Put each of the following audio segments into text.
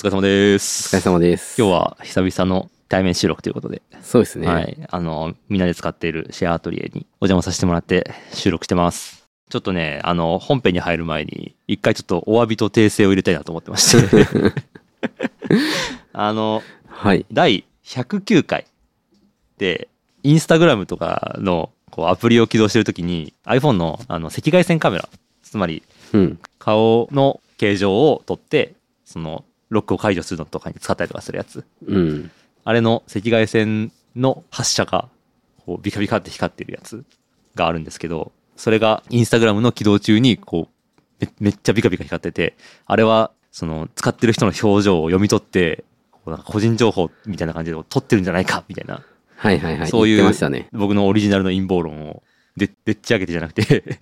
疲れ様です。 お疲れ様です。 今日は久々の対面収録ということで。 そうですね。 はい。みんなで使っているシェアアトリエにお邪魔させてもらって収録してます。ちょっとね、本編に入る前に、一回ちょっとお詫びと訂正を入れたいなと思ってまして。 はい。 第109回で、インスタグラムとかのこうアプリを起動してるときに、iPhone の赤外線カメラ、つまり、顔の形状を撮って、その、ロックを解除するのとかに使ったりとかするやつ。あれの赤外線の発射が、こう、ビカビカって光ってるやつがあるんですけど、それがインスタグラムの起動中に、こう、めっちゃビカビカ光ってて、あれは、その、使ってる人の表情を読み取って、こうなんか個人情報みたいな感じで撮ってるんじゃないか、みたいな。 はいはいはい。 そういう、 言ってましたね。 僕のオリジナルの陰謀論をでっち上げてじゃなくて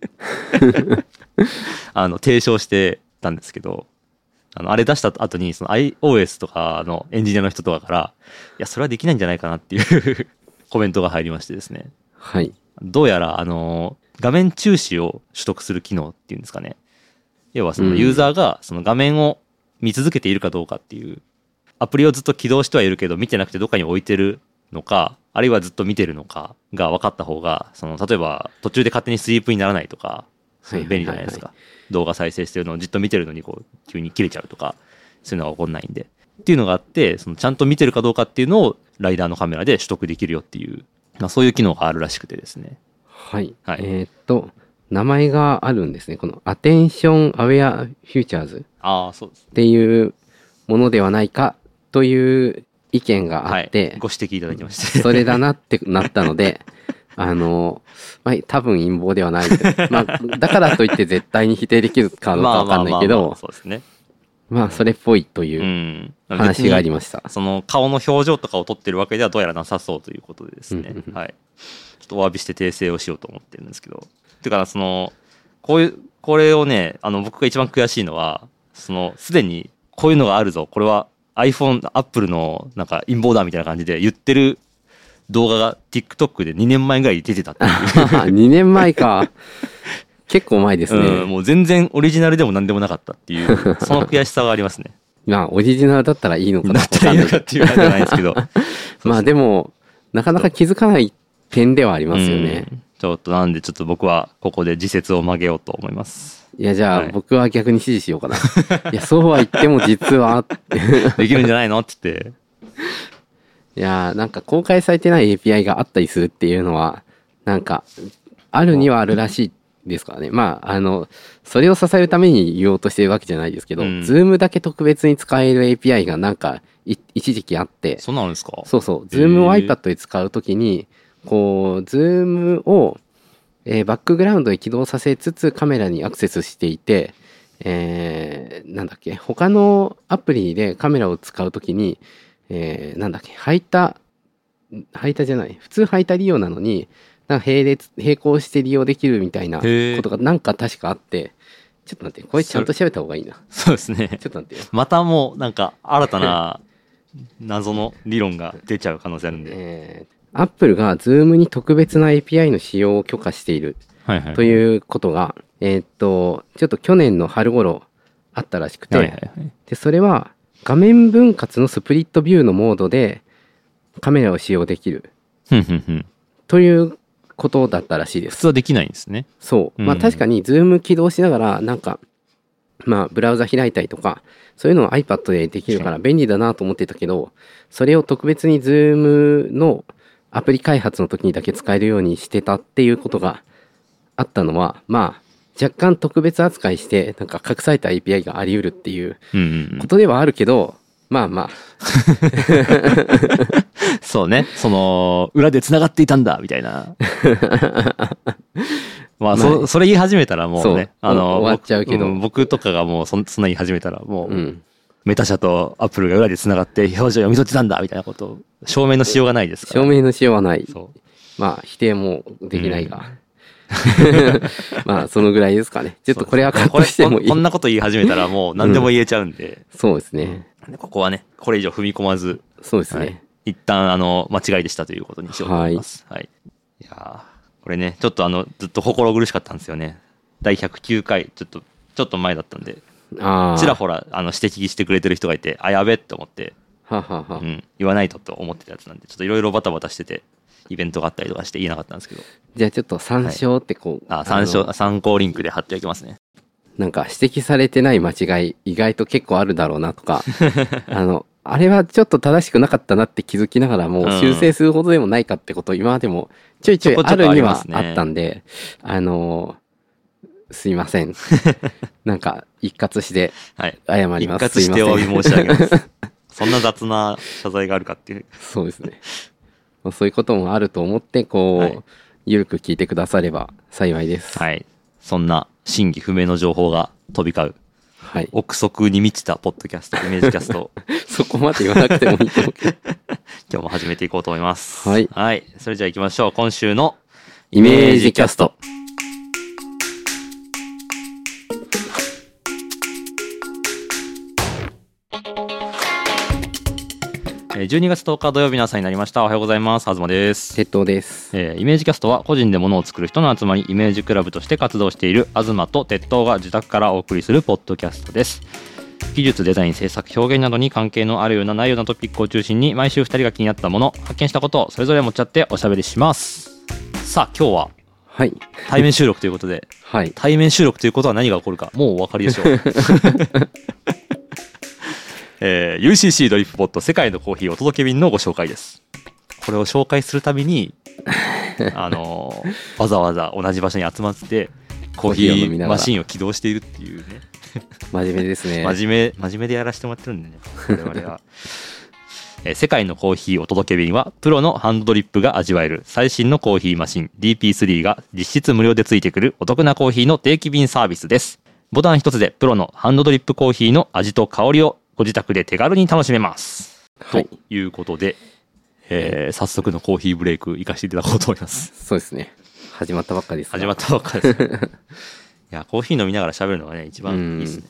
提唱してたんですけど、あれ出した後に、その iOS とかのエンジニアの人とかから、いや、それはできないんじゃないかなっていうコメントが入りましてですね。 はい。 どうやら、画面注視を取得する機能っていうんですかね。要はそのユーザーがその画面を見続けているかどうかっていう、アプリをずっと起動してはいるけど見てなくてどっかに置いてるのか、あるいはずっと見てるのかが分かった方が、その、例えば途中で勝手にスリープにならないとか、便利じゃないですか。動画再生してるのをじっと見てるのにこう急に切れちゃうとか、そういうのが起こんないんでっていうのがあって、そのちゃんと見てるかどうかっていうのをライダーのカメラで取得できるよっていう、まあ、そういう機能があるらしくてですね。 はい、名前があるんですね。このアテンションアウェアフューチャーズっていうものではないかという意見があって、 ご指摘いただきましてそれだなってなったのでまあ、多分陰謀ではない。まあ、だからといって絶対に否定できるかどうかわかんないけど、 そうですね。 まあ、それっぽいという話がありました。 その顔の表情とかを撮ってるわけではどうやらなさそうということでですね。はい。ちょっとお詫びして訂正をしようと思ってるんですけど。てか、これをね、僕が一番悔しいのは、すでにこういうのがあるぞ。これは iPhone、Apple のなんか陰謀だみたいな感じで言ってる動画が TikTok で2年前ぐらい出てたっていう 2年前か。結構前ですね。 もう全然オリジナルでも何でもなかったっていう、その悔しさがありますね。 まあ、オリジナルだったらいいのかな。 だったらいいのかっていうわけじゃないですけど。 まあでも、なかなか気づかない点ではありますよね。 ちょっとなんでちょっと僕はここで自説を曲げようと思います。 いや、じゃあ、僕は逆に支持しようかな。いや、そうは言っても実は。 できるんじゃないのって言って。 いやー、なんか公開されてない API があったりするっていうのは、なんか、あるにはあるらしいですからね。まあ、それを支えるために言おうとしてるわけじゃないですけど、Zoom だけ特別に使える API がなんか、一時期あって。 そうなんですか？ そうそう。Zoom を iPad で使うときに、こう、Zoom を、バックグラウンドに起動させつつカメラにアクセスしていて、なんだっけ、他のアプリでカメラを使うときに、なんだっけ、配達じゃない、普通配達利用なのに、なんか並行して利用できるみたいなことがなんか確かあって、ちょっと待って、これちゃんと調べた方がいいな。 そうですね。 ちょっと待ってよ。 またもうなんか新たな謎の理論が出ちゃう可能性あるんで。 Apple が Zoom に特別な API の使用を許可しているということが、ちょっと去年の春頃あったらしくて、で、それは画面分割のスプリットビューのモードでカメラを使用できるということだったらしいです。 普通はできないんですね。 そう。まあ確かに Zoom 起動しながらなんか、まあブラウザ開いたりとか、そういうのを iPad でできるから便利だなと思ってたけど、それを特別に Zoom のアプリ開発の時にだけ使えるようにしてたっていうことがあったのは、まあ若干特別扱いしてなんか隠された API があり得るっていうことではあるけど、まあまあそうね、その裏で繋がっていたんだみたいなまあそれ言い始めたらもうね、 終わっちゃうけど、 僕とかがもうそんな言い始めたらもう、メタ社とアップルが裏で繋がって表情を読み取ってたんだみたいなことを証明のしようがないですから、 証明のしようはない。まあ否定もできないが、まあそのぐらいですかね。ちょっとこれはカットしてもいい。 こんなこと言い始めたらもう何でも言えちゃうんで、 そうですね。 ここはね、これ以上踏み込まず、 そうですね。 一旦間違いでしたということにしようと思います。はい。いやこれね、ちょっとずっと心苦しかったんですよね。第109回ちょっと前だったんで、 ちらほら指摘してくれてる人がいて、やべって思って、言わないとと思ってたやつなんで、ちょっといろいろバタバタしてて、イベントがあったりとかして言えなかったんですけど。 じゃあちょっと参照って参考リンクで貼っておきますね。 なんか指摘されてない間違い意外と結構あるだろうなとかあれはちょっと正しくなかったなって気づきながらも修正するほどでもないかってことを今までもちょいちょいあるにはあったんで、すいません。なんか一括して謝ります。 一括してお詫び申し上げます。そんな雑な謝罪があるかっていう。 そうですね。そういうこともあると思ってゆるく聞いてくだされば幸いです。 はい。そんな真偽不明の情報が飛び交う。 はい。 憶測に満ちたポッドキャスト、イメージキャスト。 そこまで言わなくてもいいと思うけど。 今日も始めていこうと思います。 はい。 はい。それじゃあ行きましょう。今週のイメージキャスト。12月10日土曜日の朝になりました。おはようございます。東です。 鉄塔です。 イメージキャストは個人で物を作る人の集まり、イメージクラブとして活動している東と鉄塔が自宅からお送りするポッドキャストです。技術、デザイン、制作、表現などに関係のあるようなないようなトピックを中心に毎週2人が気になったもの、発見したことをそれぞれ持ち寄っておしゃべりします。さあ今日は対面収録ということで、 はい、 対面収録ということは何が起こるかもうお分かりでしょう。UCC ドリップポット世界のコーヒーお届け便のご紹介です。これを紹介するためにわざわざ同じ場所に集まってコーヒーマシンを起動しているっていうね。 真面目ですね。 真面目でやらせてもらってるんでね、我々は。世界のコーヒーお届け便はプロのハンドドリップが味わえる最新のコーヒーマシン DP3 が実質無料でついてくるお得なコーヒーの定期便サービスです。ボタン一つでプロのハンドドリップコーヒーの味と香りをご自宅で手軽に楽しめます。はい、ということで、早速のコーヒーブレイク行かせていただこうと思います。 そうですね。始まったばっかりです。 始まったばっかりです。いや、コーヒー飲みながら喋るのがね、一番いいですね。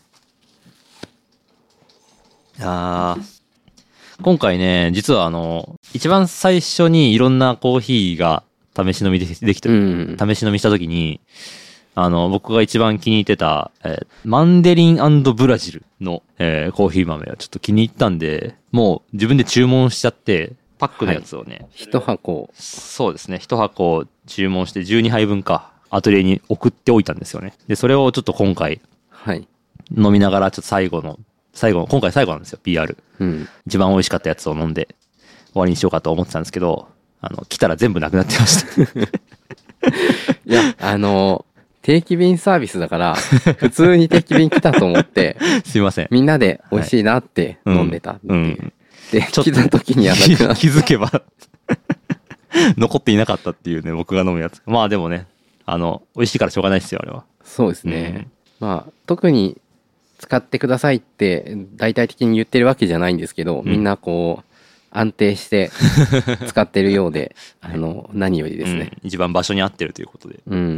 今回ね、実は一番最初にいろんなコーヒーが試し飲みできた、試し飲みした時に、僕が一番気に入ってた、マンデリン&ブラジルの、コーヒー豆はちょっと気に入ったんで、もう自分で注文しちゃって、パックのやつをね。 一箱。 そうですね。一箱注文して12杯分か、アトリエに送っておいたんですよね。で、それをちょっと今回、飲みながらちょっと今回最後なんですよ、PR。一番美味しかったやつを飲んで終わりにしようかと思ってたんですけど、来たら全部なくなってました。 いや、定期便サービスだから普通に定期便来たと思ってすいません、 みんなで美味しいなって飲んでたっていう、で来た時にはなくなって気づけば残っていなかったっていうね、僕が飲むやつ。まあでもね、美味しいからしょうがないですよ、あれは。 そうですね、まあ特に使ってくださいって大々的に言ってるわけじゃないんですけど、みんな安定して使ってるようで何よりですね、 一番場所に合ってるということで、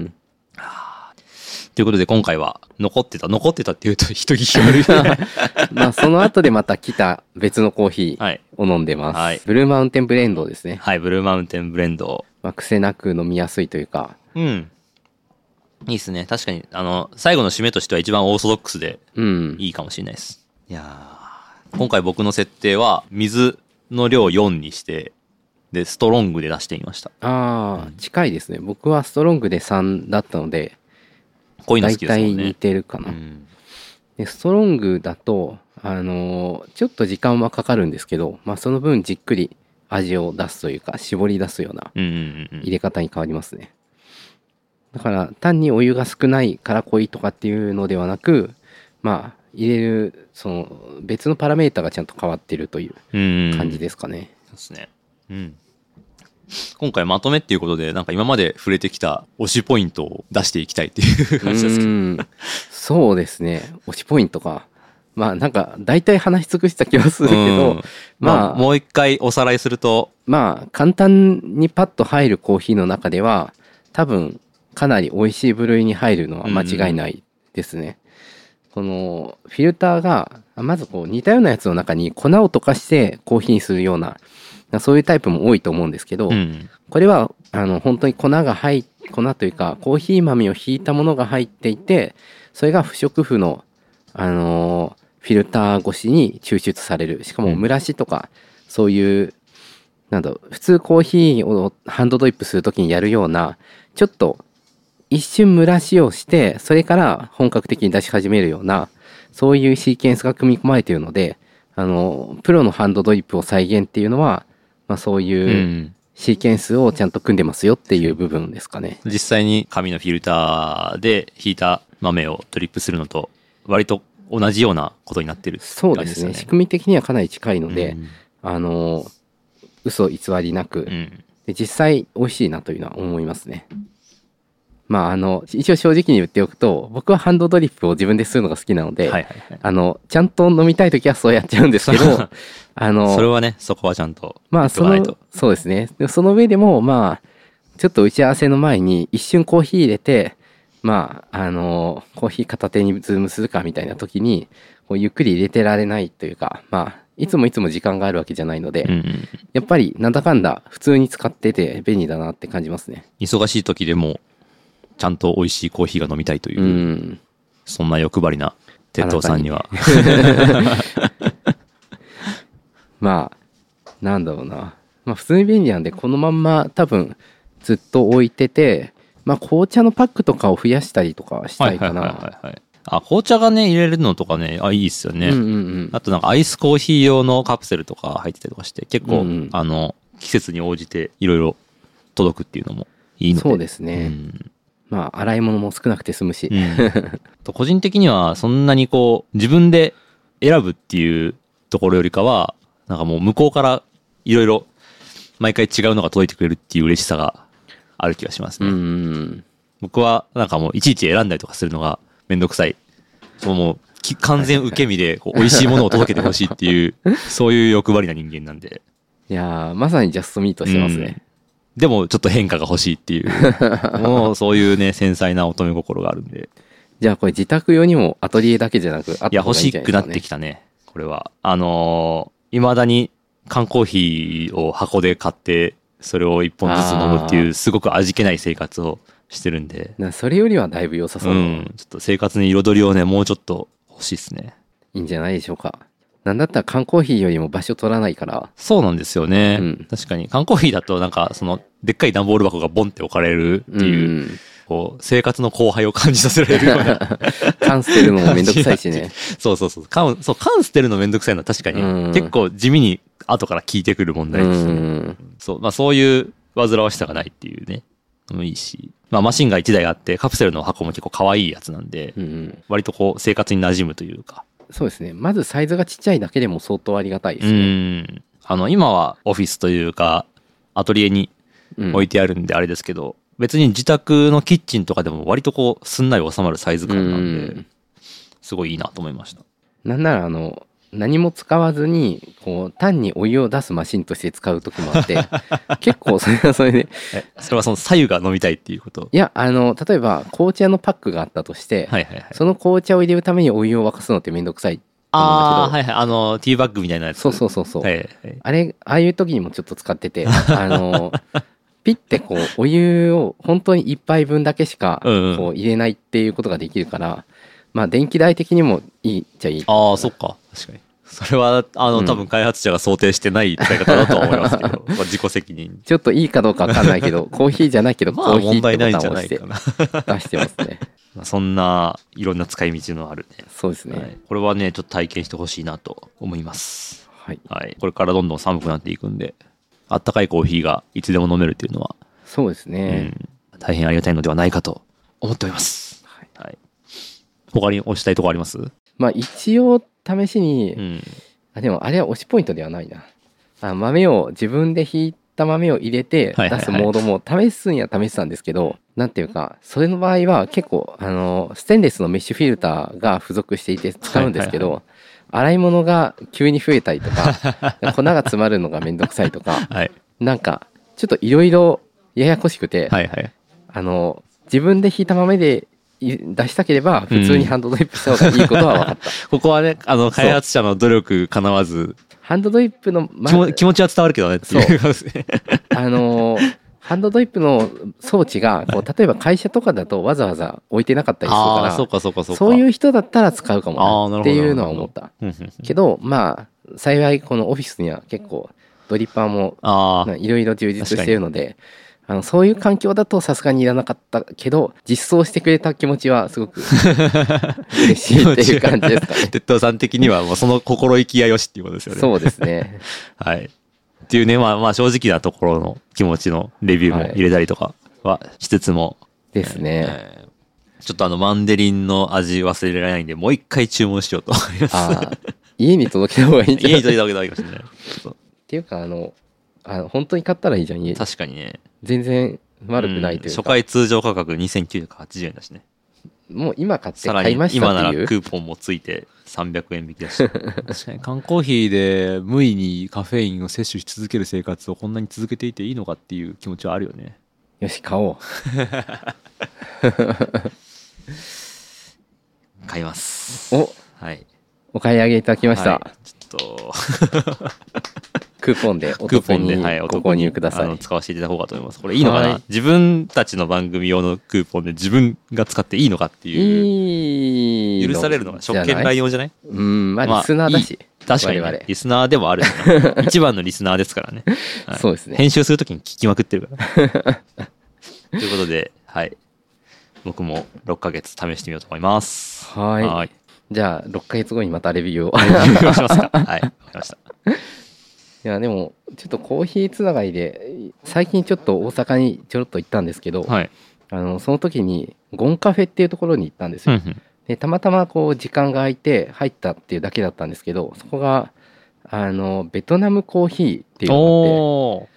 ということで今回は残ってたっていうと人聞き悪いまあその後でまた来た別のコーヒーを飲んでます、ブルーマウンテンブレンドですね。 はい、ブルーマウンテンブレンド、 癖なく飲みやすいというか、 いいですね。確かに最後の締めとしては一番オーソドックスでいいかもしれないです。いや今回僕の設定は水の量4にしてでストロングで出してみました。 近いですね。僕はストロングで3だったのでこういうの好きですもんね。 大体似てるかな、でストロングだとちょっと時間はかかるんですけど、まあその分じっくり味を出すというか絞り出すような入れ方に変わりますね。だから単にお湯が少ないから濃いとかっていうのではなく、まあ入れるその別のパラメータがちゃんと変わってるという感じですかね。 ですね。今回まとめっていうことで、なんか今まで触れてきた推しポイントを出していきたいっていう感じですけど。 そうですね。推しポイントか。まあなんか大体話し尽くした気はするけど、 まあもう一回おさらいすると、 まあ簡単にパッと入るコーヒーの中では多分かなり美味しい部類に入るのは間違いないですね。このフィルターがまず似たようなやつの中に粉を溶かしてコーヒーにするようなそういうタイプも多いと思うんですけど、これは本当に粉というかコーヒー豆をひいたものが入っていて、それが不織布のフィルター越しに抽出される。しかも蒸らしとか、そういう普通コーヒーをハンドドリップするときにやるような、ちょっと一瞬蒸らしをして、それから本格的に出し始めるような、そういうシーケンスが組み込まれているので、プロのハンドドリップを再現っていうのは、そういうシーケンスをちゃんと組んでますよっていう部分ですかね。 実際に紙のフィルターでひいた豆をドリップするのと、割と同じようなことになってるってそうですね。仕組み的にはかなり近いので、嘘偽りなく、で実際美味しいなというのは思いますね。一応正直に言っておくと、僕はハンドドリップを自分でするのが好きなので、ちゃんと飲みたいときはそうやっちゃうんですけど、それはね、そこはちゃんと。 そうですね。その上でも、ちょっと打ち合わせの前に一瞬コーヒー入れて、コーヒー片手にズームするかみたいな時に、こうゆっくり入れてられないというか、いつも時間があるわけじゃないので、やっぱりなんだかんだ普通に使ってて便利だなって感じますね。 忙しい時でも、ちゃんと美味しいコーヒーが飲みたいという、そんな欲張りな鉄道さんには。 なんだろうな。普通に便利なんで、このまんま多分ずっと置いてて、紅茶のパックとかを増やしたりとかしたいかな。 紅茶がね、入れるのとかね、いいっすよね。あとなんかアイスコーヒー用のカプセルとか入ってたりとかして、結構、季節に応じていろいろ届くっていうのもいいので。 そうですね。洗い物も少なくて済むし。 個人的にはそんなに自分で選ぶっていうところよりかは、なんかもう向こうからいろいろ毎回違うのが届いてくれるっていう嬉しさがある気がしますね。僕はなんかもういちいち選んだりとかするのがめんどくさい。もう完全受け身で美味しいものを届けてほしいっていう、そういう欲張りな人間なんで。 いやー、まさにジャストミートしてますね。 でもちょっと変化が欲しいっていう、もうそういうね、繊細な乙女心があるんで。 じゃあこれ自宅用にもアトリエだけじゃなくあった方がいいんじゃないですかね。 欲しくなってきたね、これは。未だに缶コーヒーを箱で買って、それを一本ずつ飲むっていう、すごく味気ない生活をしてるんで。 それよりはだいぶ良さそう。 ちょっと生活に彩りをね、もうちょっと欲しいですね。 いいんじゃないでしょうか。なんだったら缶コーヒーよりも場所取らないから。 そうなんですよね。確かに。缶コーヒーだとなんか、でっかい段ボール箱がボンって置かれるっていう、生活の荒廃を感じさせられるような。 缶捨てるのもめんどくさいしね。 そう。缶捨てるのめんどくさいのは確かに、結構地味に後から効いてくる問題ですね。そういう煩わしさがないっていうね。もいいし。マシンが1台あって、カプセルの箱も結構可愛いやつなんで、割と生活に馴染むというか。 そうですね。まずサイズがちっちゃいだけでも相当ありがたいですね。 今はオフィスというか、アトリエに置いてあるんであれですけど、別に自宅のキッチンとかでも割とすんなり収まるサイズ感なんで、すごいいいなと思いました。 なんなら何も使わずに単にお湯を出すマシンとして使う時もあって結構それはそれでそれはその左右が飲みたいっていうこと？ いや例えば紅茶のパックがあったとして、その紅茶を入れるためにお湯を沸かすのってめんどくさいと思うんだけど、 ティーバッグみたいなやつ。 そう、ああいう時にもちょっと使っててピッてお湯を本当に一杯分だけしか入れないっていうことができるから、電気代的にもいいっちゃいい。 そっか、確かに。それは多分開発者が想定してない使い方だとは思いますけど、自己責任。 ちょっといいかどうかわかんないけど、コーヒーじゃないけどコーヒーってボタンを押して出してますね。 そんないろんな使い道のあるね。 そうですね。 これはね、ちょっと体験してほしいなと思います。これからどんどん寒くなっていくんで、あったかいコーヒーがいつでも飲めるっていうのは、 そうですね。 大変ありがたいのではないかと思っております。他に押したいとこあります？ 一応試しに、でもあれは推しポイントではないな。豆を自分でひいた豆を入れて出すモードも試すには試したんですけど、なんていうかそれの場合は結構ステンレスのメッシュフィルターが付属していて使うんですけど、洗い物が急に増えたりとか粉が詰まるのがめんどくさいとか、なんかちょっといろいろややこしくて、自分でひいた豆で出したければ普通にハンドドリップした方がいいことは分かった。 ここはね、開発者の努力かなわず、 ハンドドリップの、 気持ちは伝わるけどねっていう。 ハンドドリップの装置がこう例えば会社とかだとわざわざ置いてなかったりするから、そういう人だったら使うかもなっていうのは思ったけど、まあ幸いこのオフィスには結構ドリッパーもいろいろ充実してるので、そういう環境だとさすがにいらなかったけど、実装してくれた気持ちはすごく嬉しいっていう感じですかね。 鉄道さん的にはもうその心意気がよしっていうことですよね。 そうですね。 はい。っていうね、まあ正直なところの気持ちのレビューも入れたりとかはしつつも。 ですね。 ちょっとマンデリンの味忘れられないんで、もう一回注文しようと思います。 家に届けた方がいいんじゃない？ 家に届けた方がいいかもしれない。 っていうか本当に買ったらいいじゃん、家。 確かにね。 全然悪くないというか。 初回通常価格2980円だしね。 もう今買って買いましたっていう。 今ならクーポンもついて300円引きだし。確かに缶コーヒーで無意にカフェインを摂取し続ける生活をこんなに続けていていいのかっていう気持ちはあるよね。 よし、買おう。 買います。はい。 お買い上げいただきました。 ちょっとクーポンでお得にご購入ください。 使わせていただこうかと思います。これいいのかな、自分たちの番組用のクーポンで自分が使っていいのかっていう。許されるのが職権乱用じゃない？ まあリスナーだし。 確かに、ね、リスナーでもある。一番のリスナーですからね。 はい、そうですね。 編集するときに聞きまくってるから。ということで、はい。僕も6ヶ月試してみようと思います。 はい。じゃあ、6ヶ月後にまたレビューを。 レビューしますか。はい。わかりました。 いや、でも、ちょっとコーヒーつながりで、最近ちょっと大阪にちょろっと行ったんですけど、 はい、 その時に、ゴンカフェっていうところに行ったんですよ。でたまたまこう時間が空いて入ったっていうだけだったんですけど、そこがベトナムコーヒーっていうのがあって、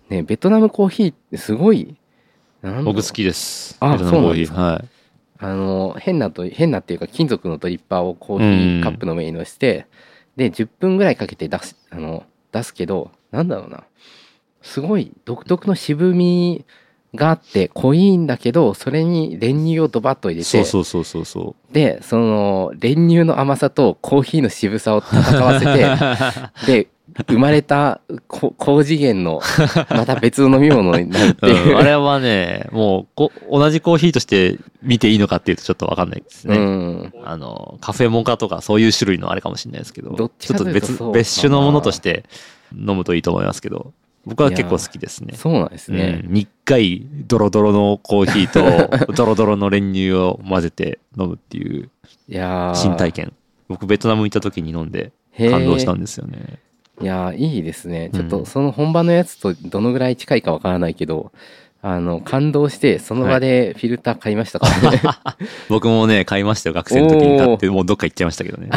ね、ベトナムコーヒーってすごい僕好きです。 ベトナムコーヒー。 はい。 変なっていうか金属のドリッパーをコーヒーカップの上に乗せて、で10分ぐらいかけて出すけど、なんだろうな、すごい独特の渋みがあって濃いんだけど、それに練乳をドバッと入れて、 そうでその練乳の甘さとコーヒーの渋さを戦わせてで生まれた高次元のまた別の飲み物になるっていう、 あれはね、もう同じコーヒーとして見ていいのかっていうとちょっと分かんないですね。カフェモカとかそういう種類のあれかもしれないですけど、ちょっと別種のものとして飲むといいと思いますけど、僕は結構好きですね。 そうなんですね。 2回ドロドロのコーヒーとドロドロの練乳を混ぜて飲むっていう新体験。僕ベトナム行った時に飲んで感動したんですよね。 いやいいですね。ちょっとその本場のやつとどのぐらい近いかわからないけど、感動してその場でフィルター買いましたからね。 僕もね買いましたよ。学生の時に買ってもうどっか行っちゃいましたけどね。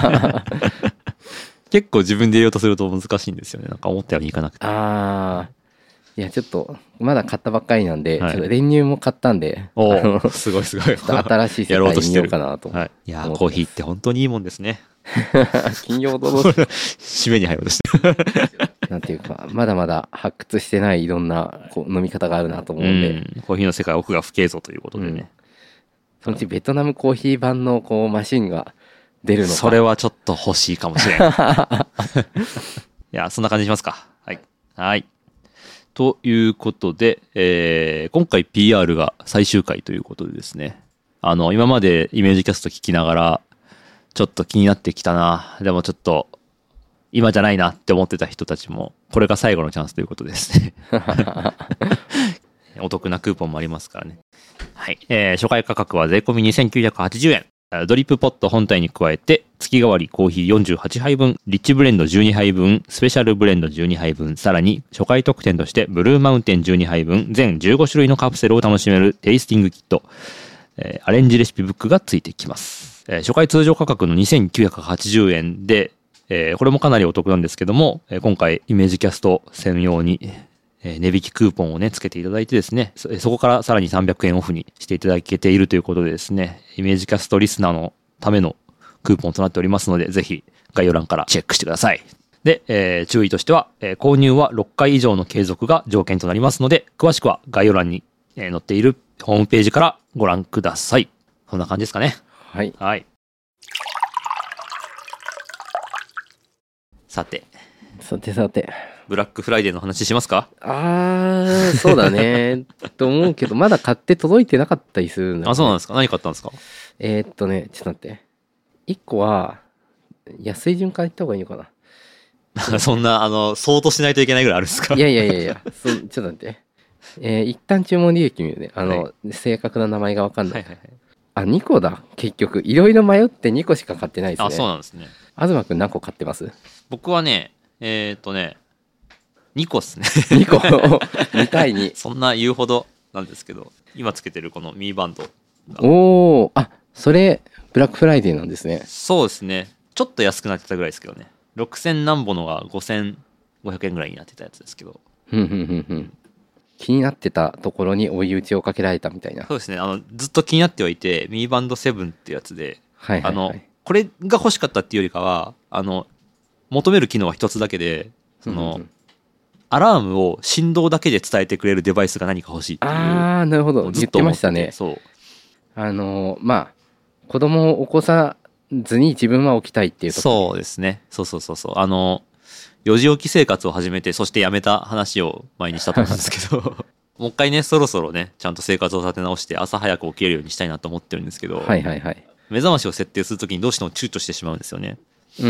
結構自分で入れようとすると難しいんですよね。なんか思ったようにいかなくて。 いやちょっとまだ買ったばっかりなんで、ちょっと練乳も買ったんで、 すごい新しい世界に見ようかなと。 いやコーヒーって本当にいいもんですね。 金曜どう締めに入ろうとしてる。 なんていうか、まだまだ発掘してないいろんな飲み方があるなと思うんで、 コーヒーの世界奥が深いぞということでね。 そのうちベトナムコーヒー版のマシンが出るのか。 それはちょっと欲しいかもしれない。いや、そんな感じにしますか。はい。ということで、今回 PR が最終回ということでですね、今までイメージキャスト聞きながら、ちょっと気になってきたな、でもちょっと今じゃないなって思ってた人たちも、これが最後のチャンスということですね。お得なクーポンもありますからね。はい。初回価格は税込み2980円。ドリップポット本体に加えて、月替わりコーヒー48杯分、リッチブレンド12杯分、スペシャルブレンド12杯分、さらに初回特典としてブルーマウンテン12杯分、全15種類のカプセルを楽しめるテイスティングキット、アレンジレシピブックがついてきます。初回通常価格の2980円で、これもかなりお得なんですけども、今回イメージキャスト専用に、値引きクーポンをね、つけていただいてですね、そこからさらに300円オフにしていただけているということでですね、イメージキャストリスナーのためのクーポンとなっておりますので、ぜひ概要欄からチェックしてください。で、注意としては、購入は6回以上の継続が条件となりますので、詳しくは概要欄に載っているホームページからご覧ください。そんな感じですかね。 はい。 さて、 さてさて。 ブラックフライデーの話しますか？ そうだね。と思うけど、まだ買って届いてなかったりするんだよね。 あ、そうなんですか。何買ったんですか？ ちょっと待って。1個は、安い順から言った方がいいのかな。 そんな、相当しないといけないぐらいあるんですか？ いや、ちょっと待って。一旦注文履歴見るね。正確な名前がわかんない。 はいはいはい。 あ、2個だ。結局。いろいろ迷って2個しか買ってないですね。 あ、そうなんですね。 東くん何個買ってます？ 僕はね、2個っすね。 2個。2対2。 そんな言うほどなんですけど、今つけてるこのミーバンド。 おー、あ、それ、ブラックフライデーなんですね。 そうですね。ちょっと安くなってたぐらいですけどね。6000何ぼのが5500円ぐらいになってたやつですけど。 気になってたところに追い打ちをかけられたみたいな。 そうですね。ずっと気になってはいて、ミーバンド7ってやつで、 はいはいはい、 これが欲しかったっていうよりかは、求める機能は一つだけで、アラームを振動だけで伝えてくれるデバイスが何か欲しいっていう。 ああ、なるほど。言ってましたね。 そう。 まあ、子供を起こさずに自分は起きたいっていうところ。そうですね。そう。4時起き生活を始めて、そしてやめた話を前にしたと思うんですけど、もう一回ね、そろそろね、ちゃんと生活を立て直して、朝早く起きれるようにしたいなと思ってるんですけど、 はいはいはい。 目覚ましを設定するときにどうしても躊躇してしまうんですよね。 うん。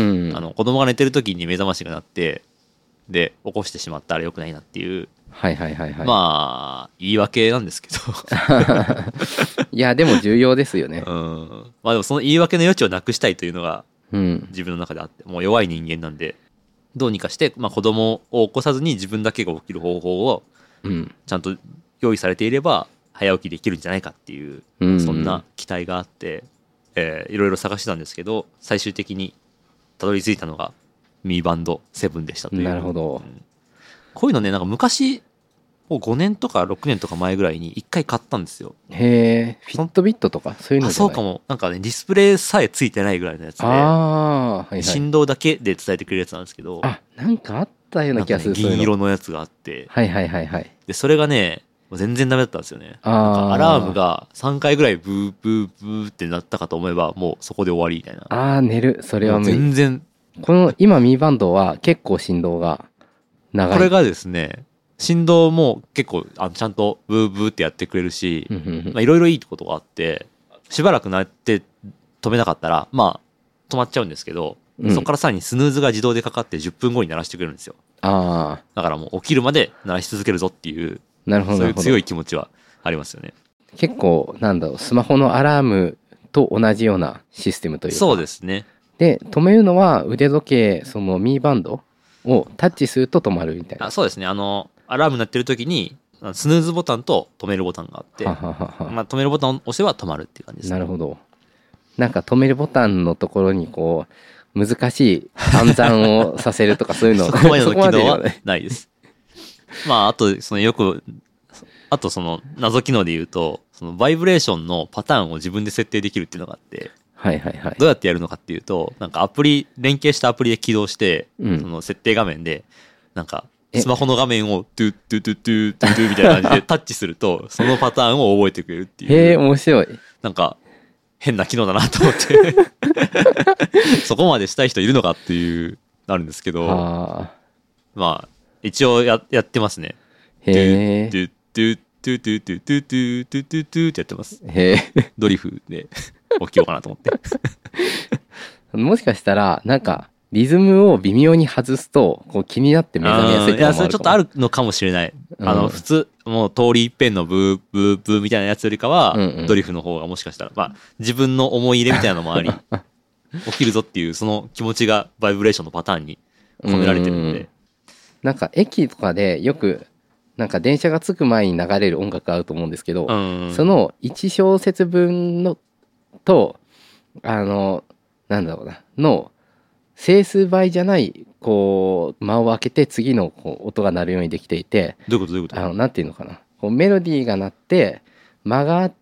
子供が寝てるときに目覚ましが鳴って、で、起こしてしまったら良くないなっていう。 はいはい。 まあ、言い訳なんですけど。 いや、でも重要ですよね。 まあでもその言い訳の余地をなくしたいというのが、 うん、 自分の中であって、もう弱い人間なんで、どうにかして、まあ、子供を起こさずに自分だけが起きる方法をちゃんと用意されていれば早起きできるんじゃないかっていう、そんな期待があって、いろいろ探してたんですけど、最終的にたどり着いたのがミーバンド7でしたという。 なるほど、 こういうのね、なんか昔もう5年とか6年とか前ぐらいに1回買ったんですよ。 へえ、フィットビットとかそういうのじゃない？ そうかも。なんかね、ディスプレイさえついてないぐらいのやつで、 はいはい、 振動だけで伝えてくれるやつなんですけど、 なんかあったような気がする。 銀色のやつがあって、でそれがね、全然ダメだったんですよね。なんかアラームが3回ぐらいブーブーブーってなったかと思えば、もうそこで終わりみたいな。 寝る。それは無理。 全然。 この今ミーバンドは結構振動が長い。 これがですね、振動も結構ちゃんとブーブーってやってくれるし、いろいろいいことがあって、しばらくなって止めなかったら、まあ止まっちゃうんですけど、そこからさらにスヌーズが自動でかかって10分後に鳴らしてくれるんですよ。だからもう起きるまで鳴らし続けるぞっていう、そういう強い気持ちはありますよね。 結構スマホのアラームと同じようなシステムというか。 そうですね。 で止めるのは腕時計、そのミーバンドをタッチすると止まるみたいな。 そうですね。アラーム鳴ってる時にスヌーズボタンと止めるボタンがあって、止めるボタンを押せば止まるっていう感じです、ね。 なるほど。なんか止めるボタンのところにこう難しい暗算をさせるとかそういうのそこまでの機能はないです。まああとその謎機能で言うと、そのバイブレーションのパターンを自分で設定できるっていうのがあって、どうやってやるのかっていうと、なんか連携したアプリで起動して、その設定画面でなんかスマホの画面をトゥトゥトゥトゥトゥトゥみたいな感じでタッチすると、そのパターンを覚えてくれるっていう。 へえ、面白い。 なんか変な機能だなと思ってそこまでしたい人いるのかっていうなるんですけど、まあ一応やってますね。 へえ。 トゥトゥトゥトゥトゥトゥトゥトゥトゥトゥってやってます。 へえ。 ドリフで起きようかなと思ってもしかしたらなんかリズムを微妙に外すとこう気になって目覚めやすいとかもあるかも。 いや、それちょっとあるのかもしれない。普通もう通り一遍のブーブーブーみたいなやつよりかは、ドリフの方がもしかしたら、まあ自分の思い入れみたいなのもあり起きるぞっていうその気持ちがバイブレーションのパターンに込められてるんで、 なんか駅とかでよくなんか電車が着く前に流れる音楽あると思うんですけど、その1小節分のとなんだろうなの整数倍じゃないこう間を空けて次のこう音が鳴るようにできていて、 どういうことなんていうのかな、こうメロディーが鳴って間があって、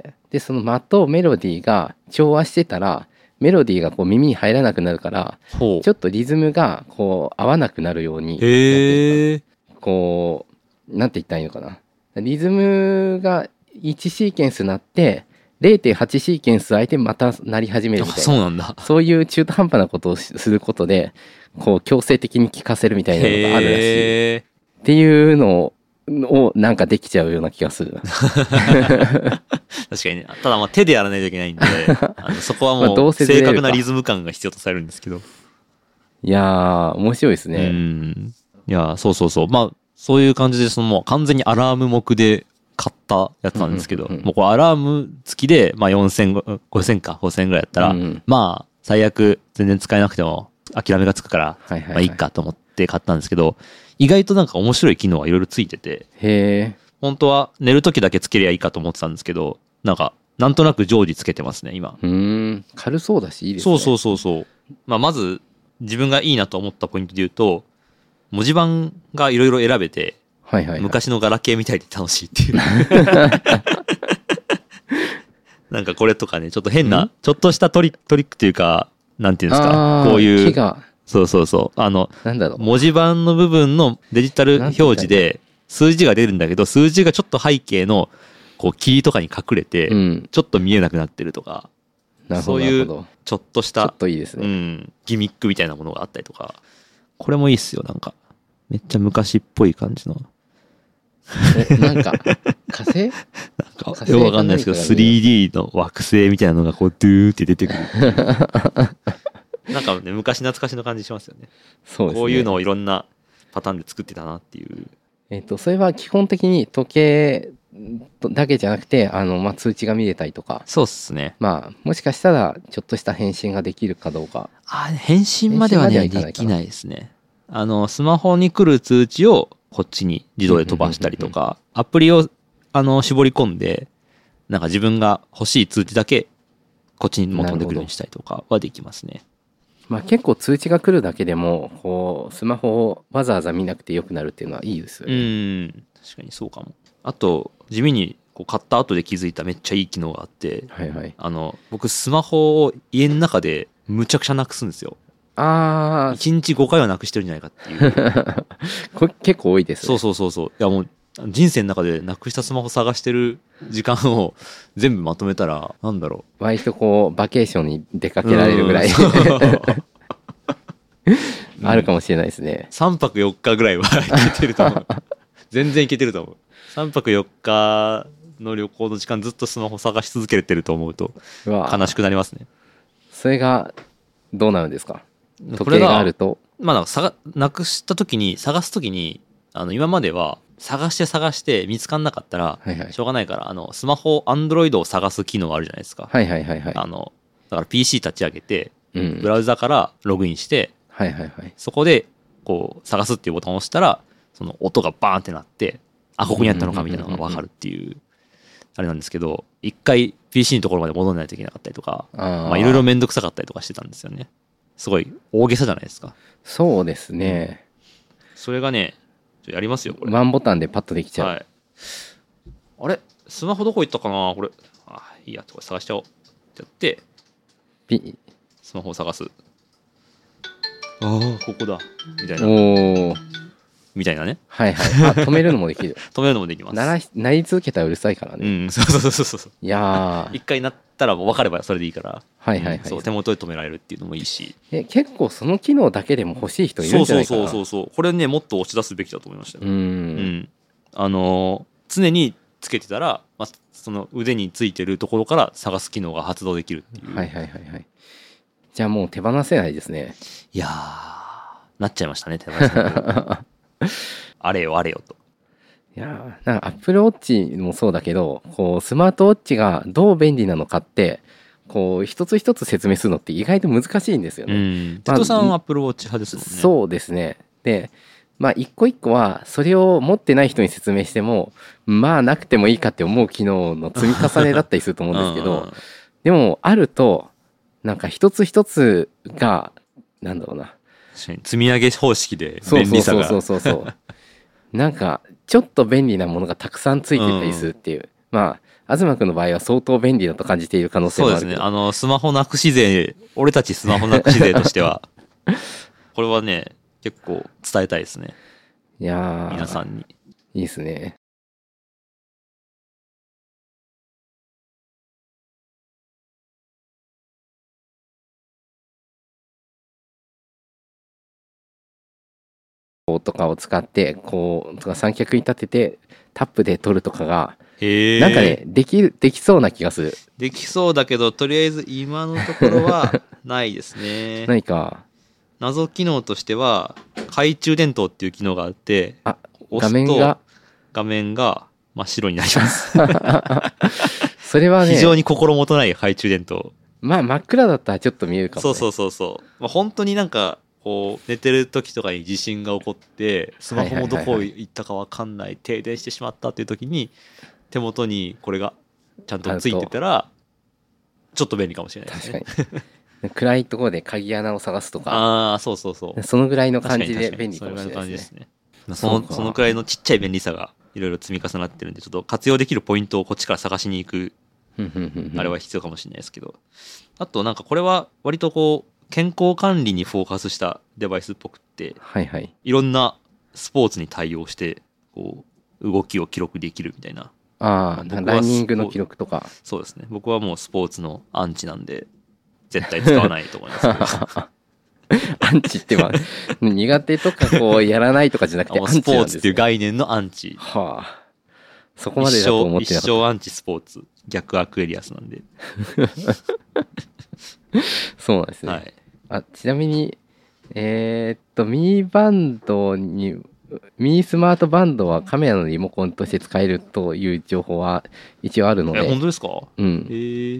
でその間とメロディーが調和してたらメロディーがこう耳に入らなくなるから、ちょっとリズムがこう合わなくなるように、こうなんて言ったらいいのかな、リズムが1シーケンス鳴って 0.8 シーケンス空いてまた鳴り始めるみたいな、 そうなんだ。 そういう中途半端なことをすることでこう強制的に聞かせるみたいなのがあるらしいへっていうのをなんかできちゃうような気がする。 確かにね。ただまあ手でやらないといけないんで、そこはもうまあどうせずれるか正確なリズム感が必要とされるんですけど。 いやー面白いですね。 いや、そうそうそう。まあ、そういう感じで、もう完全にアラーム目で買ったやつなんですけど、もうこれアラーム付きで、まあ4000、5000か、5000ぐらいだったら、まあ、最悪全然使えなくても諦めがつくから、まあいいかと思って買ったんですけど、意外となんか面白い機能がいろいろついてて、本当は寝る時だけつけりゃいいかと思ってたんですけど、なんとなく常時つけてますね、今。 軽そうだしいいですね。 そう。まあ、まず、自分がいいなと思ったポイントで言うと、文字盤がいろいろ選べて、昔のガラケーみたいで楽しいっていう。なんかこれとかね、ちょっと変な、ちょっとしたトリックというか、なんていうんですか、こういう、そう。 なんだろう。 文字盤の部分のデジタル表示で数字が出るんだけど、数字がちょっと背景のこう霧とかに隠れて、ちょっと見えなくなってるとか、そういうちょっとした、 いいですね。 ギミックみたいなものがあったりとか、これもいいっすよ、なんか。めっちゃ昔っぽい感じの。 なんか、火星なんか、よくわかんないですけど、3D の惑星みたいなのがこう、ドゥーって出てくる。なんかね、昔懐かしの感じしますよね。 そうですね。 こういうのをいろんなパターンで作ってたなっていう。 それは基本的に時計だけじゃなくて、まあ、通知が見れたりとか。 そうっすね。 まあ、もしかしたら、ちょっとした返信ができるかどうか。 返信まではね、できないですね。スマホに来る通知をこっちに自動で飛ばしたりとか、アプリを、絞り込んで、なんか自分が欲しい通知だけ、こっちにも飛んでくるようにしたりとかはできますね。 まあ結構通知が来るだけでも、こう、スマホをわざわざ見なくてよくなるっていうのはいいですよね。 確かにそうかも。あと、地味にこう買った後で気づいためっちゃいい機能があって、僕スマホを家の中でむちゃくちゃなくすんですよ。1日5回はなくしてるんじゃないかっていう。 これ結構多いですね。 そう。いやもう、人生の中でなくしたスマホ探してる時間を全部まとめたら、なんだろう。割とこう、バケーションに出かけられるぐらい。あるかもしれないですね。 3泊4日ぐらいはいけてると思う。全然いけてると思う。3泊4日の旅行の時間ずっとスマホ探し続けてると思うと、悲しくなりますね。 それが、どうなるんですか？時計があると。 まあ、なくした時に、探す時に、今までは、探して見つかんなかったら、しょうがないから、スマホ、Android を探す機能あるじゃないですか。だから PC 立ち上げて、ブラウザからログインして、そこで、こう、探すっていうボタンを押したら、その音がバーンってなって、あ、ここにあったのかみたいなのがわかるっていう、あれなんですけど、一回 PC のところまで戻らないといけなかったりとか、まあいろいろめんどくさかったりとかしてたんですよね。すごい大げさじゃないですか。 そうですね。 それがね、やりますよ、これ。 ワンボタンでパッとできちゃう。 あれスマホどこ行ったかなこれ。いいや、これ探しちゃおう。ってやって、スマホを探す。ここだ。みたいな。みたいなね。 止めるのもできる。 止めるのもできます。 鳴り続けたらうるさいからね。 そう。 いや一回鳴ったらもう分かればそれでいいから。 そう、 手元で止められるっていうのもいいし。 結構その機能だけでも欲しい人いるんじゃないかな。 そう。これね、もっと押し出すべきだと思いましたよ。常につけてたら、その腕についてるところから探す機能が発動できるっていう。 じゃあもう手放せないですね。 いやー、なっちゃいましたね、手放せない。あれよと。 いやなんか Apple Watch もそうだけど、こうスマートウォッチがどう便利なのかってこう一つ一つ説明するのって意外と難しいんですよね。 テトさん Apple Watch 派ですもんね。 そうですね。でまあ一個一個はそれを持ってない人に説明してもまあなくてもいいかって思う機能の積み重ねだったりすると思うんですけどでもあるとなんか一つ一つがなんだろうな積み上げ方式で便利さがそうなんかちょっと便利なものがたくさんついてたりするっていう、まあ東くんの場合は相当便利だと感じている可能性もあるけど。 そうですね。スマホなくし勢、俺たちスマホなくし勢としてはこれはね結構伝えたいですね。 いや皆さんにいいですね。 とかを使ってこうとか三脚に立ててタップで撮るとかがへえ。 なんかねできそうな気がする。 できそうだけど、とりあえず今のところはないですね。 何か謎機能としては、懐中電灯っていう機能があって、押すと画面が真っ白になります。 それはね、 非常に心もとない懐中電灯。 まあ真っ暗だったらちょっと見えるかもね。 そう。まあ、本当になんか、こう、寝てる時とかに地震が起こって、スマホもどこ行ったかわかんない、停電してしまったっていう時に、手元にこれがちゃんとついてたら、ちょっと便利かもしれないですね。 確かに。暗いところで鍵穴を探すとか。 ああ、そう。そのぐらいの感じで便利かもしれないですね。 そのくらいのちっちゃい便利さがいろいろ積み重なってるんで、ちょっと活用できるポイントをこっちから探しに行く、あれは必要かもしれないですけど。あとなんかこれは割とこう、健康管理にフォーカスしたデバイスっぽくって、いろんなスポーツに対応して、こう、動きを記録できるみたいな。 ランニングの記録とか。 そうですね。僕はもうスポーツのアンチなんで、絶対使わないと思いますけど。 アンチってまあ苦手とかこうやらないとかじゃなくてアンチなんです、ね、 スポーツっていう概念のアンチ。 はあ。そこまでだと思ってなかった。 一生アンチスポーツ。逆アクエリアスなんで。 そうなんですね。はい、ちなみにミーバンドにミースマートバンドはカメラのリモコンとして使えるという情報は一応あるので。 本当ですか？ うん。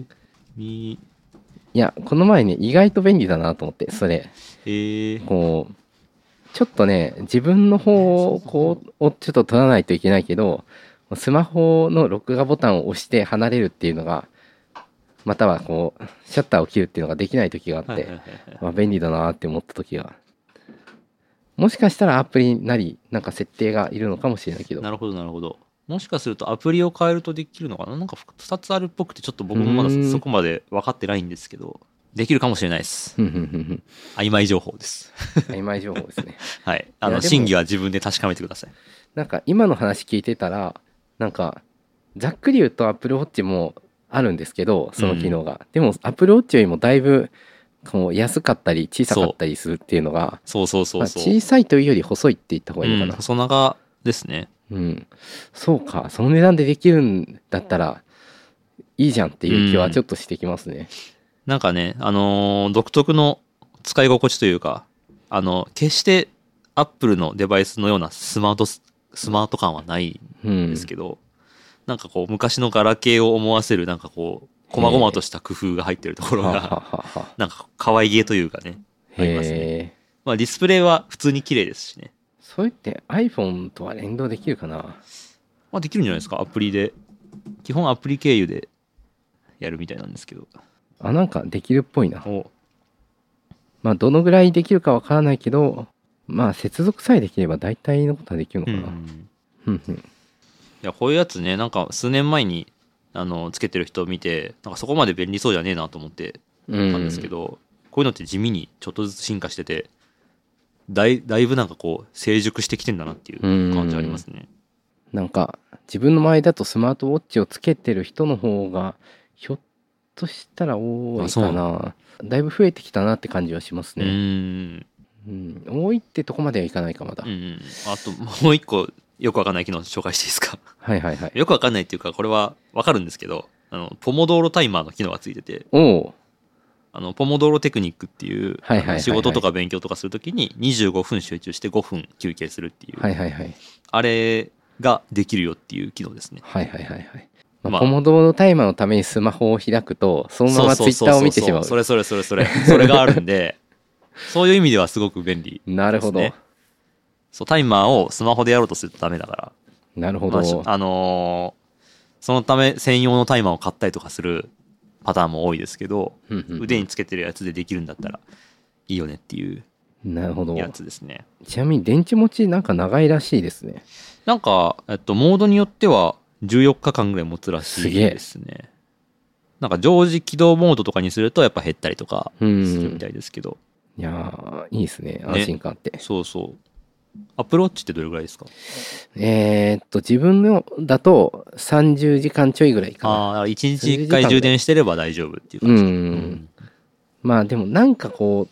いやこの前ね意外と便利だなと思ってそれ。こうちょっとね自分の方をこうをちょっと取らないといけないけどスマホの録画ボタンを押して離れるっていうのがまたはこうシャッターを切るっていうのができない時があって、便利だなって思った時がもしかしたらアプリなりなんか設定がいるのかもしれないけど。 なるほど。もしかするとアプリを変えるとできるのかな。なんか2つあるっぽくてちょっと僕もまだそこまで分かってないんですけどできるかもしれないです。曖昧情報です。 曖昧情報ですね。 はい。真偽は自分で確かめてください。 なんか今の話聞いてたらなんかざっくり言うと Apple Watch もあるんですけどその機能が、でも Apple Watch よりもだいぶこう安かったり小さかったりするっていうのがそう、 小さいというより細いって言った方がいいのかな、 細長ですね。 そうかその値段でできるんだったらいいじゃんっていう気はちょっとしてきますね。 なんかね独特の使い心地というか決してアップルのデバイスのようなスマート感はないんですけど、なんかこう昔のガラケーを思わせるなんかこう細々とした工夫が入ってるところがなんか可愛げというかねありますね。まあディスプレイは普通に綺麗ですしね。 それって iPhone とは連動できるかな。 まあできるんじゃないですか。アプリで基本アプリ経由でやるみたいなんですけど。 なんかできるっぽいな。まあどのぐらいできるかわからないけどまあ接続さえできれば大体のことはできるのかな。いやこういうやつねなんか数年前につけてる人を見てなんかそこまで便利そうじゃねえなと思ってたんですけど、こういうのって地味にちょっとずつ進化しててだいぶなんかこう成熟してきてんだなっていう感じありますね。 なんか自分の周りだとスマートウォッチをつけてる人の方がひょっとしたら多いかな。だいぶ増えてきたなって感じはしますね。多いってとこまではいかないかまだ。 あともう一個よくわかんない機能紹介していいですか？よくわかんないっていうかこれはわかるんですけどポモドーロタイマーの機能がついててポモドーロテクニックっていう仕事とか勉強とかするときに25分集中して5分休憩するっていうあれができるよっていう機能ですね。 ポモドーロタイマーのためにスマホを開くとそのままツイッターを見てしまう。 それがあるんでそういう意味ではすごく便利ですね。 なるほど。 タイマーをスマホでやろうとするとダメだから。 なるほど。 そのため専用のタイマーを買ったりとかするパターンも多いですけど、腕につけてるやつでできるんだったらいいよねっていうやつですね。 ちなみに電池持ちなんか長いらしいですね。 なんか、モードによっては14日間ぐらい持つらしいですね。なんか常時起動モードとかにするとやっぱ減ったりとかするみたいですけど。 いやーいいですね安心感って。 そうアップルウォッチってどれぐらいですか？ 自分のだと30時間ちょいぐらいかな。 1日1回充電してれば大丈夫っていう感じ。 まあでもなんかこう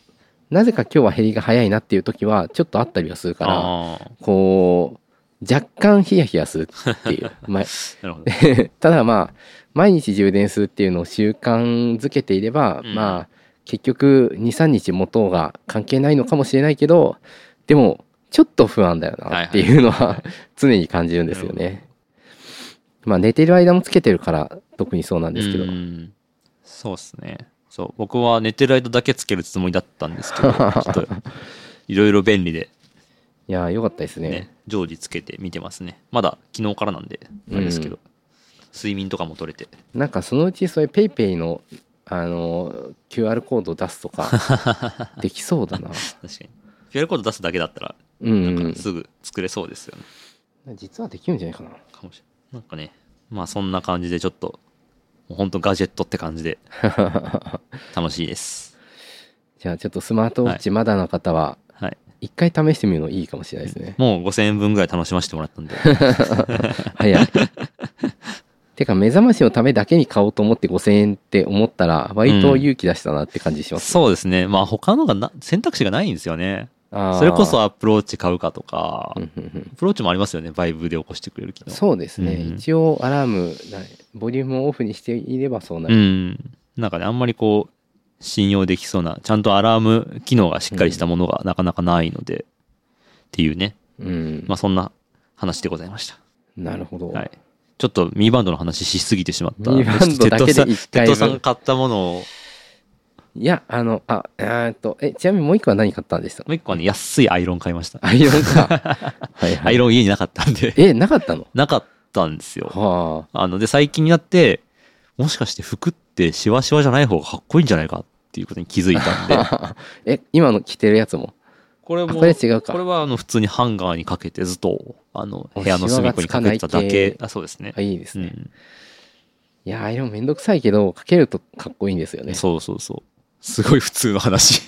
なぜか今日は減りが早いなっていう時はちょっとあったりはするから、こう若干ヒヤヒヤするっていうなるほどただまあ毎日充電するっていうのを習慣づけていれば、まあ結局 2,3 日持とうが関係ないのかもしれないけど、でもちょっと不安だよなっていうのは常に感じるんですよね。まあ寝てる間もつけてるから特にそうなんですけど。 そうっすね。そう僕は寝てる間だけつけるつもりだったんですけどちょっといろいろ便利で、 いや良かったですね。 常時つけて見てますね。まだ昨日からなんであれですけど、睡眠とかも取れて、 なんかそのうちそういうペイペイのQR コードを出すとかできそうだな。 確かに QR コード出すだけだったらなんかすぐ作れそうですよね。 実はできるんじゃないかな。 かもしれない。なんかね、まあそんな感じでちょっともうほんとガジェットって感じで楽しいです。 じゃあちょっとスマートウォッチまだの方は一回試してみるのいいかもしれないですね。 もう5,000円分ぐらい楽しませてもらったんで早い。てか目覚ましのためだけに買おうと思って5,000円って思ったら割と勇気出したなって感じします、 そうですね。まあ他のが選択肢がないんですよね。それこそアップローチ買うかとか、アップローチもありますよね。バイブで起こしてくれる機能。 そうですね、一応アラームボリュームをオフにしていればそうなる。 なんかね、あんまりこう信用できそうなちゃんとアラーム機能がしっかりしたものがなかなかないので、っていうね、まあそんな話でございました。 なるほど。 ちょっとミーバンドの話しすぎてしまった。 ミーバンドだけで1回分。 テッドさん買ったものを。 いや、ちなみにもう一個は何買ったんでした？ もう一個はね、安いアイロン買いました。 アイロンか。 アイロン家になかったんで。 なかったの？ なかったんですよ。で、最近になって、もしかして服ってシワシワじゃない方がかっこいいんじゃないかっていうことに気づいたんで。今の着てるやつも？これ違うか。 これは普通にハンガーにかけてずっと部屋の隅っこにかけてただけ。そうですね。 いいですね。いやアイロンめんどくさいけどかけるとかっこいいんですよね。 そうそうそう。すごい普通の話。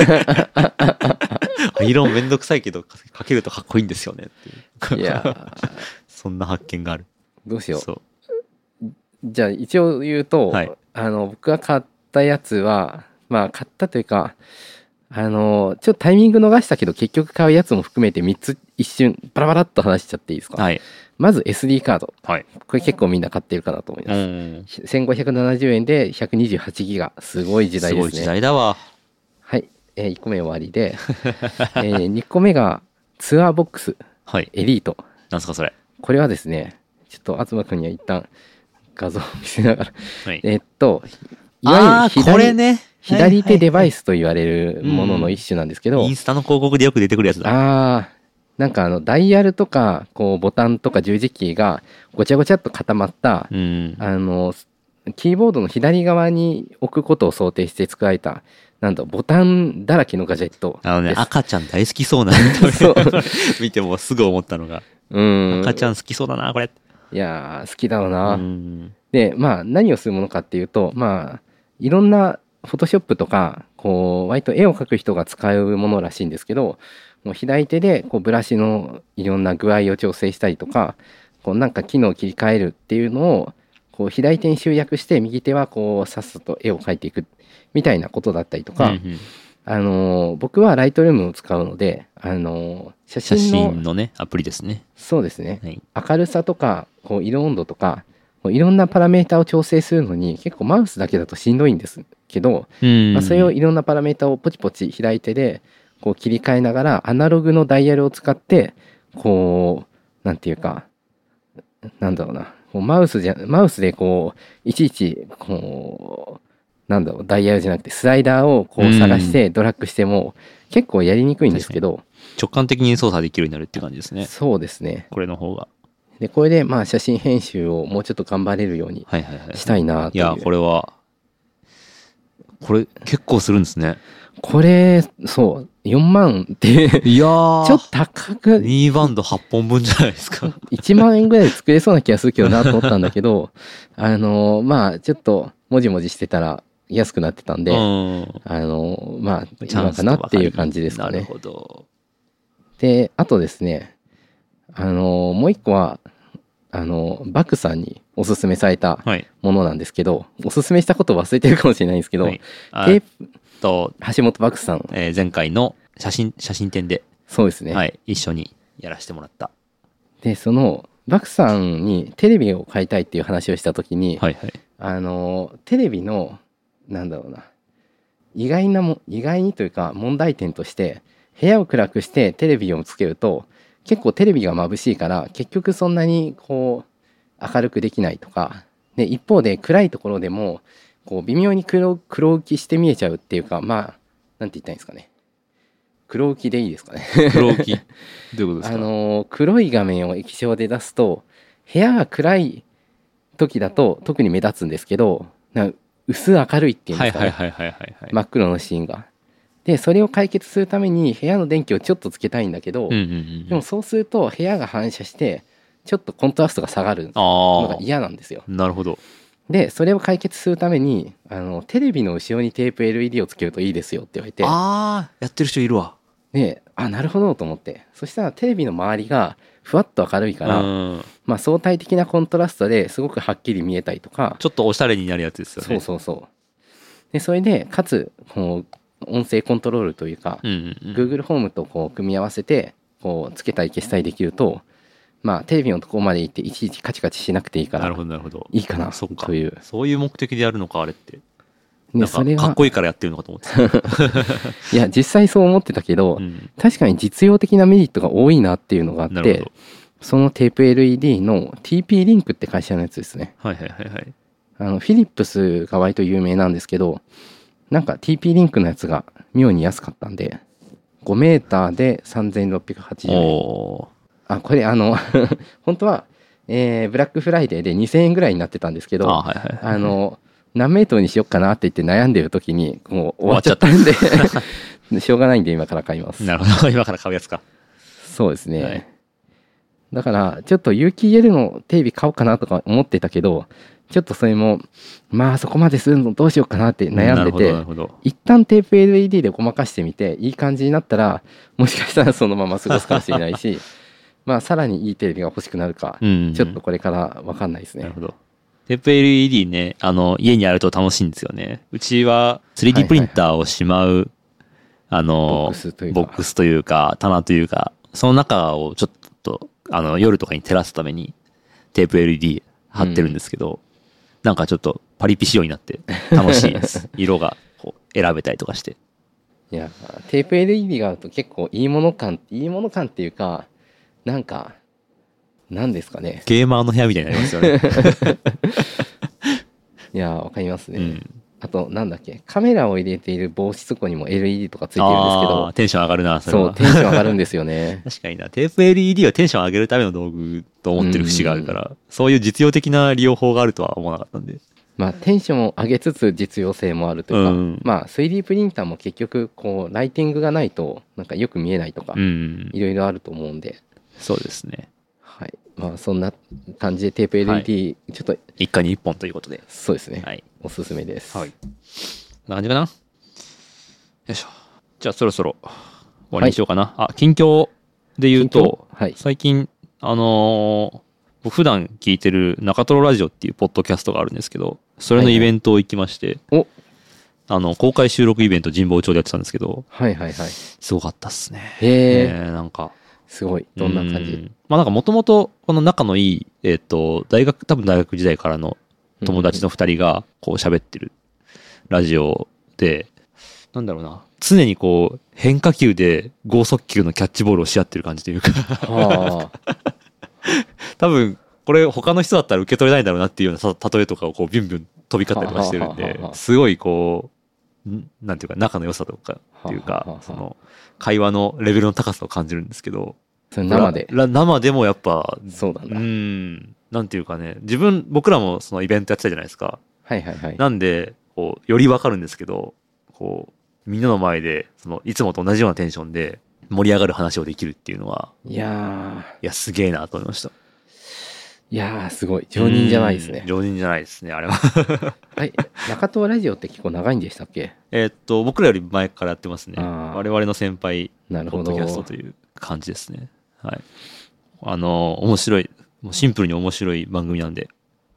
アイロンめんどくさいけどかけるとかっこいいんですよねっていう。いやそんな発見がある。 どうしよう。じゃあ一応言うと、僕が買ったやつはまあ買ったというかちょっとタイミング逃したけど結局買うやつも含めて3つ一瞬バラバラっと話しちゃっていいですか？まず SD カード、これ結構みんな買ってるかなと思います。1570円で128ギガ、すごい時代ですね。すごい時代だわ。 はい、1個目終わりで、2個目がツアーボックス、エリート。 なんすかそれ？ これはですね、ちょっと東君には一旦画像を見せながら、いわゆるこれね。 左手デバイスと言われるものの一種なんですけど、 インスタの広告でよく出てくるやつだ。 なんかダイヤルとかこうボタンとか十字キーがごちゃごちゃっと固まった、キーボードの左側に置くことを想定して作られたボタンだらけのガジェットです。 赤ちゃん大好きそうな見てもすぐ思ったのが、赤ちゃん好きそうだなこれ。 いや好きだろうな。でまあ何をするものかっていうと、まあいろんなフォトショップとかこう割と絵を描く人が使うものらしいんですけど、もう左手でこうブラシのいろんな具合を調整したりとか、こうなんか機能を切り替えるっていうのをこう左手に集約して右手はこうさっさと絵を描いていくみたいなことだったりとか、僕はライトルームを使うので写真のねアプリですね。 そうですね、明るさとかこう色温度とかいろんなパラメータを調整するのに結構マウスだけだとしんどいんですけど、それをいろんなパラメータをポチポチ左手でこう切り替えながらアナログのダイヤルを使ってこうなんていうかなんだろうな、こうマウスでこういちいちこうなんだろうダイヤルじゃなくてスライダーをこう探してドラッグしても結構やりにくいんですけど、 直感的に操作できるようになるっていう感じですね。 そうですね。 これの方がでこれでまあ写真編集をもうちょっと頑張れるようにしたいなという。 いやこれ結構するんですね。 これそう4万っていやちょっと高くミーバンド8本分じゃないですか。 1万円ぐらいで作れそうな気がするけどなと思ったんだけどまあちょっともじもじしてたら安くなってたんでまあ今かなっていう感じですかね。 なるほど。 であとですねもう一個はバクさんにおすすめされたはい。 ものなんですけど、おすすめしたことを忘れてるかもしれないんですけど、 はい。 テープと、 橋本漠さん、 前回の写真展で、 そうですね。 はい、一緒にやらせてもらった。 で、その漠さんにテレビを買いたいっていう話をした時に、 はいはい。 テレビのなんだろうな、意外にというか問題点として、部屋を暗くしてテレビをつけると結構テレビが眩しいから結局そんなにこう明るくできないとかで、一方で暗いところでもこう微妙に黒浮きして見えちゃうっていうか、まあなんて言ったらいいんですかね、黒浮きでいいですかね黒浮き。どういうことですか？ 黒い画面を液晶で出すと部屋が暗い時だと特に目立つんですけど、薄明るいっていうんですかね、 はいはいはいはいはい。 真っ黒のシーンが。でそれを解決するために部屋の電気をちょっとつけたいんだけど、 うんうんうん。 でもそうすると部屋が反射してちょっとコントラストが下がるのがあ嫌なんですよ。 あ、なるほど。 でそれを解決するためにテレビの後ろにテープ LED をつけるといいですよって言われて、 ああ、やってる人いるわ。 でなるほどと思って、そしたらテレビの周りがふわっと明るいから、まあ、相対的なコントラストですごくはっきり見えたりとか、 ちょっとおしゃれになるやつですよね。 そうでそれでかつこう音声コントロールというか、 うんうんうん。 Google ホームとこう組み合わせてこうつけたり消したりできると、まあテレビのところまで行っていちいちカチカチしなくていいかなるらほどなるほど。 いいかなそっか。 という。 そういう目的でやるのかあれって。 でなんかそれはかっこいいからやってるのかと思ってた。 いや実際そう思ってたけど、 うん。 確かに実用的なメリットが多いなっていうのがあってなるほど。、 そのテープ LED の TP リンクって会社のやつですね。 はいはいはいはい。 フィリップスが割と有名なんですけど、なんか TP リンクのやつが妙に安かったんで、5メーターで3680円。 おー。 これ本当は、ブラックフライデーで2000円ぐらいになってたんですけど、 はいはいはい。 何メートルにしよっかなって言って悩んでる時にもう終わっちゃったんでしょうがないんで今から買います。 なるほど。今から買うやつか。 そうですね。 はい。 だからちょっと有機 EL のテレビ買おうかなとか思ってたけど、ちょっとそれもまあそこまでするのどうしようかなって悩んでて、 なるほど。 一旦テープ LED でごまかしてみていい感じになったらもしかしたらそのまま過ごすかもしれないしまあさらにいいテレビが欲しくなるか、 うん。 ちょっとこれから分かんないですね。 なるほど。テープ LED ね、家にあると楽しいんですよね。うちは 3D はいはいはいプリンターをしまう、 ボックスというかボックスというか、棚というか、その中をちょっと、夜とかに照らすためにテープ LED 貼ってるんですけど、なんかちょっとパリピ仕様になって楽しいです。色がこう選べたりとかして。 いやテープ LED があると結構いいもの感っていうか、なんかなんですかね、 ゲーマーの部屋みたいになりますよね。 いやわかりますね、 うん。 あとなんだっけ、カメラを入れている防止とこにも LED とかついてるんですけど、 テンション上がるな、それは。 そうテンション上がるんですよね確かにな。テープ LED はテンション上げるための道具と思ってる節があるから、そういう実用的な利用法があるとは思わなかったんで。 まあテンションを上げつつ実用性もあるというか、 うんまあ 3D プリンターも結局こうライティングがないとなんかよく見えないとか、 うん。 いろいろあると思うんで、 そうですね。 はい、まあそんな感じでテープ LED、ちょっと一家に一本ということで。 そうですね、 はい。 おすすめです。 はい。こんな感じかな。よいしょ。じゃあそろそろ終わりにしようかな。近況で言うと、 はい最近、僕普段聞いてる中トロラジオっていうポッドキャストがあるんですけど、それのイベントを行きまして、 お公開収録イベント神保町でやってたんですけど、 はいはいはい。 すごかったっすね。 へえ、 なんか、 すごい。どんな感じ？ まあなんかもともとこの仲のいい、多分大学時代からの友達の二人がこう喋ってるラジオで、なんだろうな、常にこう変化球で剛速球のキャッチボールをし合ってる感じというかはあ、 多分これ他の人だったら受け取れないんだろうなっていうような例えとかをこうビュンビュン飛び交ったりとかしてるんで、すごいこうなんていうか仲の良さとかっていうか、その会話のレベルの高さを感じるんですけど、 それ生で。 生でもやっぱそうなんだ。 なんていうかね、僕らもそのイベントやってたじゃないですか。 はいはいはい。 なんでこうよりわかるんですけど、こうみんなの前でいつもと同じようなテンションで盛り上がる話をできるっていうのは、 いやすげえなと思いました。 すごい。常人じゃないですね。 常人じゃないですね、あれは。 はい。中東ラジオって結構長いんでしたっけ？ 僕らより前からやってますね。 あー我々の先輩、 なるほど。 ポッドキャストという感じですね。はい。面白い、もうシンプルに面白い番組なんで、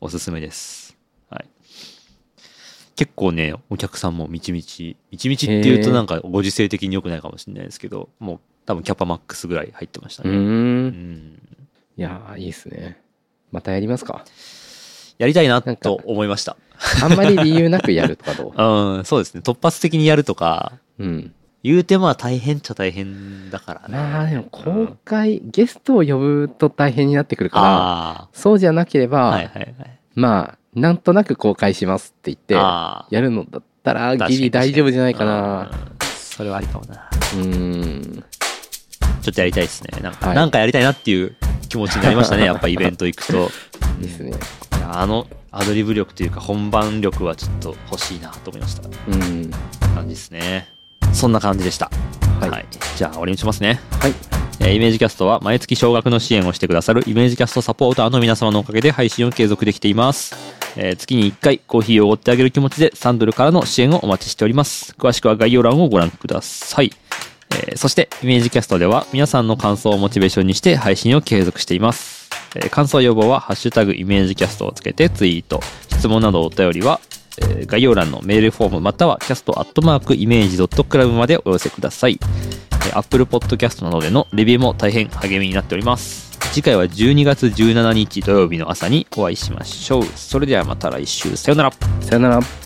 おすすめです。はい。結構ね、お客さんもみちみちっていうとなんかご時世的に良くないかもしれないですけど、もう多分キャパマックスぐらい入ってましたね。 いやーいいですね。またやりますか。 やりたいなと思いました。 あんまり理由なくやるとかどうそうですね。突発的にやるとか、言うてまあ大変っちゃ大変だからね。 まあでも公開、ゲストを呼ぶと大変になってくるから、そうじゃなければ、まあなんとなく公開しますって言ってやるのだったらギリ大丈夫じゃないかな。 それはありかもな。ちょっとやりたいですね。なんかやりたいなっていう気持ちになりましたね。やっぱイベント行くと。 ですね。 アドリブ力というか本番力はちょっと欲しいなと思いました。感じですね。そんな感じでした。はい。じゃあ終わりにしますね。はい。イメージキャストは毎月少額の支援をしてくださるイメージキャストサポーターの皆様のおかげで配信を継続できています。月に1回コーヒーをおごってあげる気持ちで3ドルからの支援をお待ちしております。詳しくは概要欄をご覧ください。そしてイメージキャストでは皆さんの感想をモチベーションにして配信を継続しています。感想要望はハッシュタグイメージキャストをつけてツイート、質問などお便りは概要欄のメールフォームまたはキャスト@image.club までお寄せください。Apple Podcast などでのレビューも大変励みになっております。次回は12月17日土曜日の朝にお会いしましょう。それではまた来週。さよなら。 さよなら。